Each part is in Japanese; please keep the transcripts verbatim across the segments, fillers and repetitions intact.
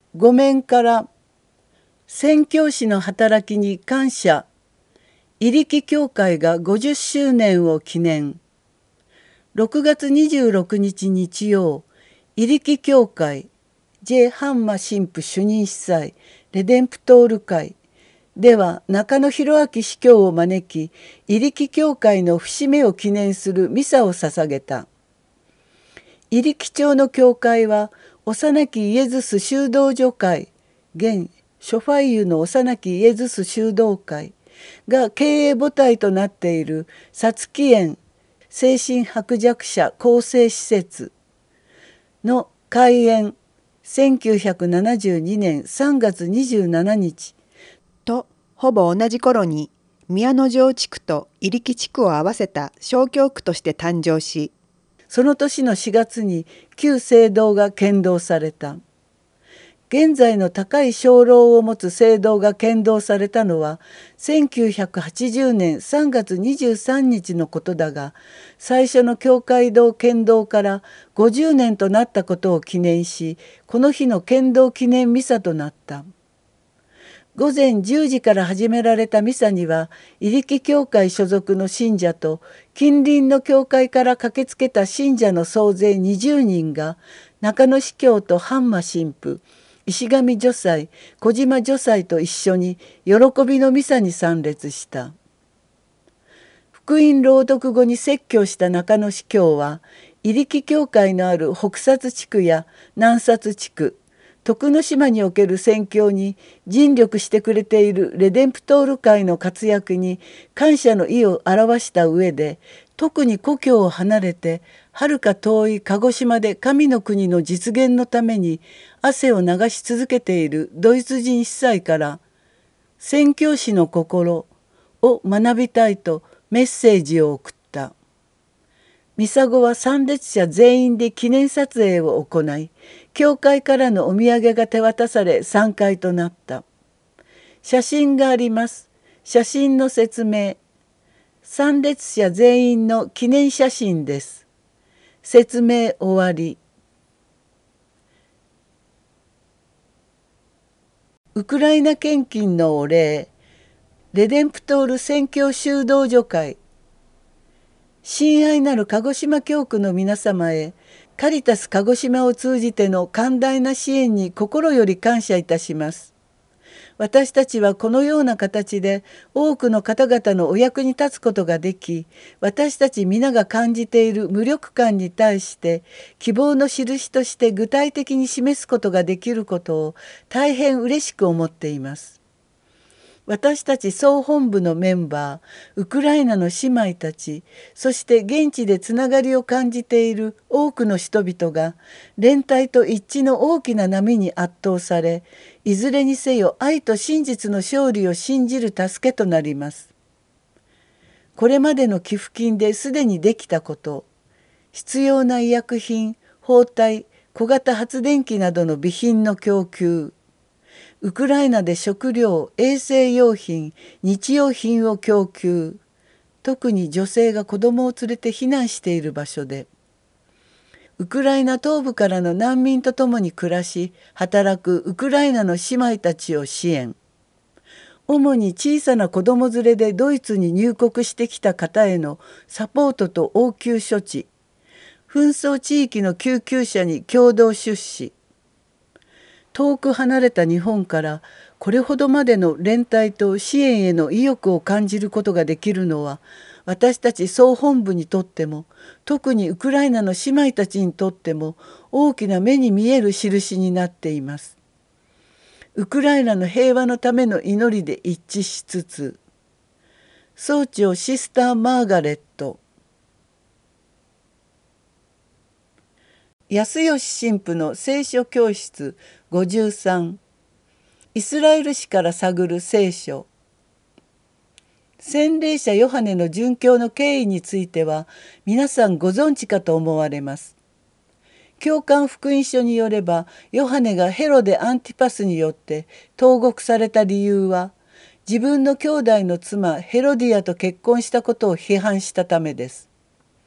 ご面から宣教師の働きに感謝。入力教会がごじゅっしゅうねんを記念。ろくがつにじゅうろくにち日曜、入力教会 J ハンマ神父主任司祭レデンプトール会では、中野博明司教を招き、入力教会の節目を記念するミサを捧げた。入力町の教会は、幼きイエズス修道女会現ショファイユの幼きイエズス修道会が経営母体となっているさつき園精神薄弱者更生施設の開園せんきゅうひゃくななじゅうにねんさんがつにじゅうしちにちとほぼ同じ頃に宮之城地区と入力地区を合わせた小教区として誕生し、 その年のしがつに旧聖堂が建造された。現在の高い鐘楼を持つ聖堂が建造されたのはせんきゅうひゃくはちじゅうねんさんがつにじゅうさんにちのことだが、最初の教会堂建造からごじゅうねんとなったことを記念し、この日の建造記念ミサとなった。ごぜんじゅうじから始められたミサには、入力教会所属の信者と近隣の教会から駆けつけた信者の総勢にじゅうにんが、中野司教とハンマ神父、石上女祭、小島女祭と一緒に喜びのミサに参列した。福音朗読後に説教した中野司教は、入力教会のある北薩地区や南薩地区、徳之島における宣教に尽力してくれているレデンプトール会の活躍に感謝の意を表した上で、特に故郷を離れてはるか遠い鹿児島で神の国の実現のために汗を流し続けているドイツ人司祭から宣教師の心を学びたいとメッセージを送った。ミサ後は参列者全員で記念撮影を行い、教会からのお土産が手渡されさんかいとなった。写真があります。写真の説明。参列者全員の記念写真です。説明終わり。ウクライナ献金のお礼。レデンプトール宣教修道女会。親愛なる鹿児島教区の皆様へ、カリタス鹿児島を通じての寛大な支援に心より感謝いたします。私たちはこのような形で多くの方々のお役に立つことができ、私たち皆が感じている無力感に対して希望の印として具体的に示すことができることを大変嬉しく思っています。私たち総本部のメンバー、ウクライナの姉妹たち、そして現地でつながりを感じている多くの人々が連帯と一致の大きな波に圧倒され、いずれにせよ愛と真実の勝利を信じる助けとなります。これまでの寄付金ですでにできたこと、必要な医薬品、包帯、小型発電機などの備品の供給、ウクライナで食料、衛生用品、日用品を供給、特に女性が子供を連れて避難している場所で、ウクライナ東部からの難民と共に暮らし、働くウクライナの姉妹たちを支援。主に小さな子供連れでドイツに入国してきた方へのサポートと応急処置、紛争地域の救急車に共同出資、遠く離れた日本からこれほどまでの連帯と支援への意欲を感じることができるのは、私たち総本部にとっても、特にウクライナの姉妹たちにとっても大きな目に見える印になっています。ウクライナの平和のための祈りで一致しつつ、総長シスター・マーガレット、安吉神父の聖書教室ごじゅうさん、イスラエル史から探る聖書。洗礼者ヨハネの殉教の経緯については皆さんご存知かと思われます。教官福音書によれば、ヨハネがヘロデ・アンティパスによって投獄された理由は、自分の兄弟の妻ヘロディアと結婚したことを批判したためです。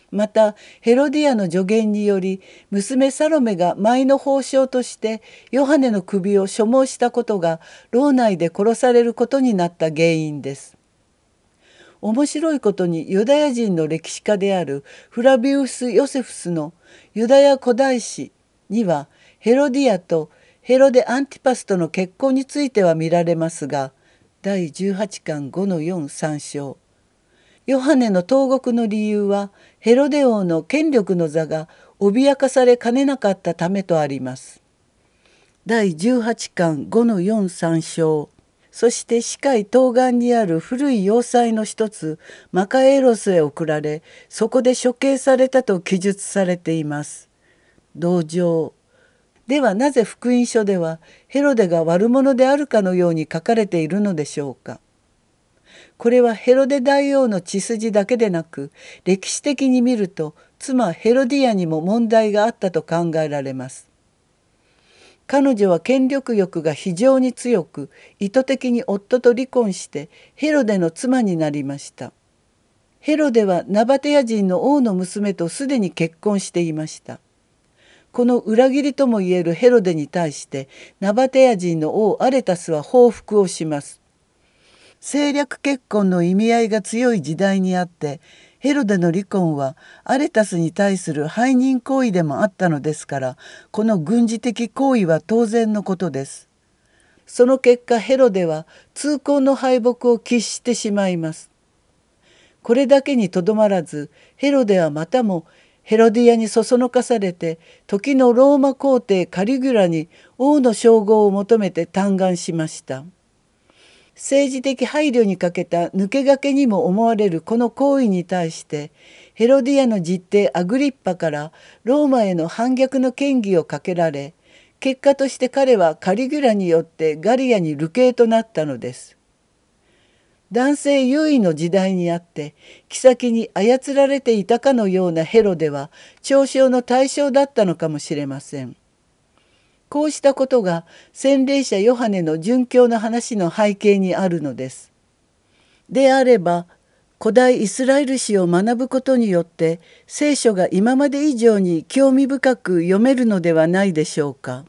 またヘロディアの助言により娘サロメが舞の褒章としてヨハネの首を所望したことが牢内で殺されることになった原因です。面白いことにユダヤ人の歴史家であるフラビウス・ヨセフスのユダヤ古代史にはヘロディアとヘロデ・アンティパスとの結婚については見られますが、だいじゅうはちかんごのよん参照。ヨハネの投獄の理由はヘロデ王の権力の座が脅かされかねなかったためとあります。だいじゅうはちかんごのよん参照。そして死海東岸にある古い要塞の一つマカエロスへ送られ、そこで処刑されたと記述されています。同情。ではなぜ福音書ではヘロデが悪者であるかのように書かれているのでしょうか。これはヘロデ大王の血筋だけでなく、歴史的に見ると妻ヘロディアにも問題があったと考えられます。彼女は権力欲が非常に強く、意図的に夫と離婚してヘロデの妻になりました。ヘロデはナバテヤ人の王の娘とすでに結婚していました。この裏切りともいえるヘロデに対してナバテヤ人の王アレタスは報復をします。政略結婚の意味合いが強い時代にあってヘロデの離婚はアレタスに対する背任行為でもあったのですから、この軍事的行為は当然のことです。その結果ヘロデは痛恨の敗北を喫してしまいます。これだけにとどまらずヘロデはまたもヘロディアにそそのかされて時のローマ皇帝カリギュラに王の称号を求めて嘆願しました。政治的配慮に欠けた抜け駆けにも思われるこの行為に対してヘロディアの実弟アグリッパからローマへの反逆の嫌疑をかけられ、結果として彼はカリギュラによってガリアに流刑となったのです。男性優位の時代にあって妃に操られていたかのようなヘロデは嘲笑の対象だったのかもしれません。こうしたことが洗礼者ヨハネの殉教の話の背景にあるのです。であれば古代イスラエル史を学ぶことによって聖書が今まで以上に興味深く読めるのではないでしょうか。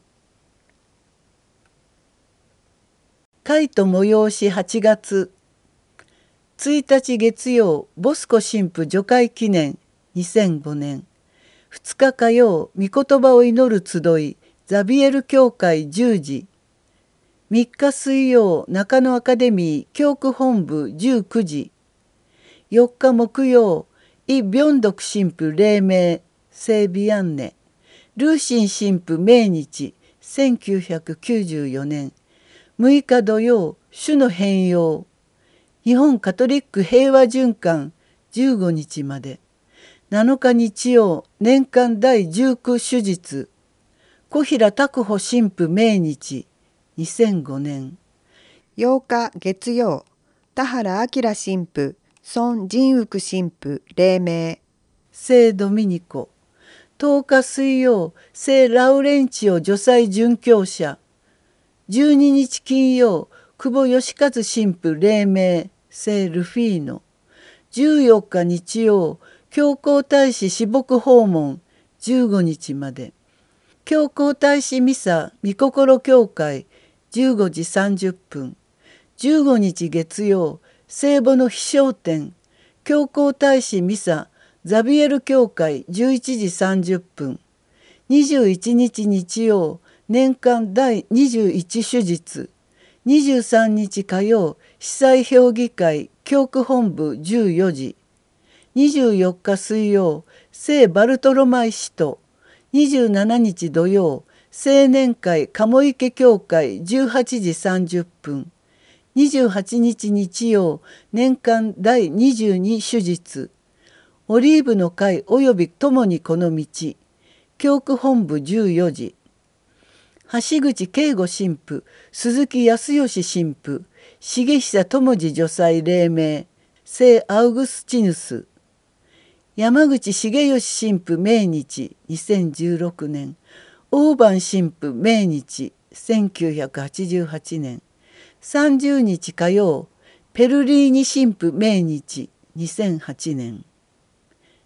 会と催しはちがつついたち月曜ボスコ神父除会記念にせんごねん、ふつか火曜御言葉を祈る集いザビエル教会じゅうじ、みっか水曜中野アカデミー教区本部じゅうくじ、よっか木曜イ・ビョンドク神父黎明聖ビアンネ、ルーシン神父命日せんきゅうひゃくきゅうじゅうよねん、むいか土曜主の変容、日本カトリック平和循環じゅうごにちまで、なのか日曜年間だいじゅうきゅう手術、小平拓保神父命日にせんごねん、 ようか月曜田原明神父孫仁福神父黎明聖ドミニコ、とおか水曜聖ラウレンチオ除祭殉教者、じゅうににち金曜久保義和神父黎明聖ルフィーノ、じゅうよっか日曜教皇太子私牧訪問じゅうごにちまで、教皇太子ミサ御心教会じゅうごじさんじゅっぷん、じゅうごにち月曜聖母の飛翔展教皇太子ミサザビエル教会じゅういちじさんじゅっぷん、にじゅういちにち日曜年間だいにじゅういち手術、にじゅうさんにち火曜司祭評議会教区本部じゅうよじ、にじゅうよっか水曜聖バルトロマイ使徒、にじゅうしちにち土曜青年会鴨池教会じゅうはちじさんじゅっぷん、にじゅうはちにち日曜年間だいにじゅうに手術、オリーブの会および共にこの道教区本部じゅうよじ、橋口慶吾神父鈴木康義神父重久智次女祭黎明聖アウグスチヌス、山口重義神父命日にせんじゅうろくねん、大番神父命日せんきゅうひゃくはちじゅうはちねん、さんじゅうにち火曜ペルリーニ神父命日にせんはちねん、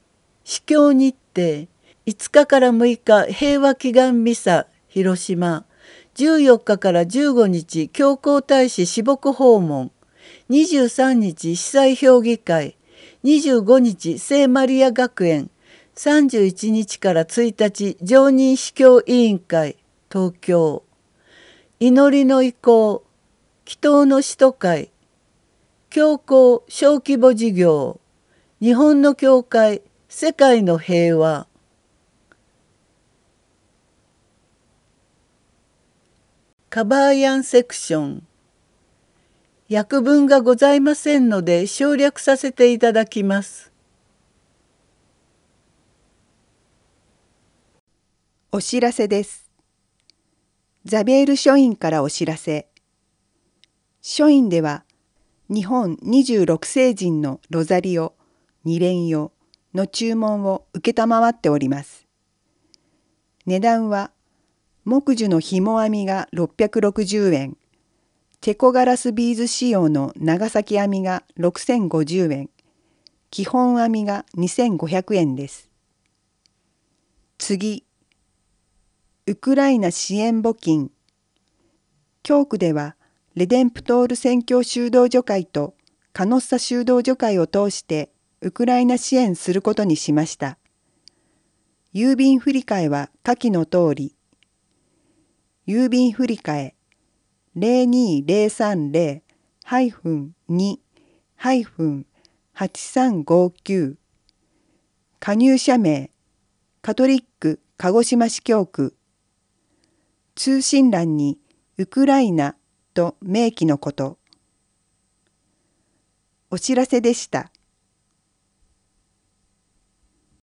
司教日程いつかからむいか平和祈願ミサ広島、じゅうよっかからじゅうごにち教皇太子私牧訪問、にじゅうさんにち司祭評議会、にじゅうごにち聖マリア学園、さんじゅういちにちからついたち常任司教委員会東京、祈りの意向祈祷の使徒会、教皇小規模事業、日本の教会世界の平和、カバーヤンセクション。訳文がございませんので省略させていただきます。 お知らせです。ザビエル書院からお知らせ。書院では日本にじゅうろくせいじんのロザリオ、二連用の注文を承っております。値段は木樹の紐編みがろっぴゃくろくじゅうえん、チェコガラスビーズ仕様の長崎編みがろくせんごじゅうえん、基本編みがにせんごひゃくえんです。次、ウクライナ支援募金。教区ではレデンプトール宣教修道女会とカノッサ修道女会を通してウクライナ支援することにしました。郵便振替は下記の通り。郵便振替 ゼロにゼロさんゼロ に はちさんごきゅう 加入者名カトリック鹿児島市教区、通信欄にウクライナと明記のこと。お知らせでした。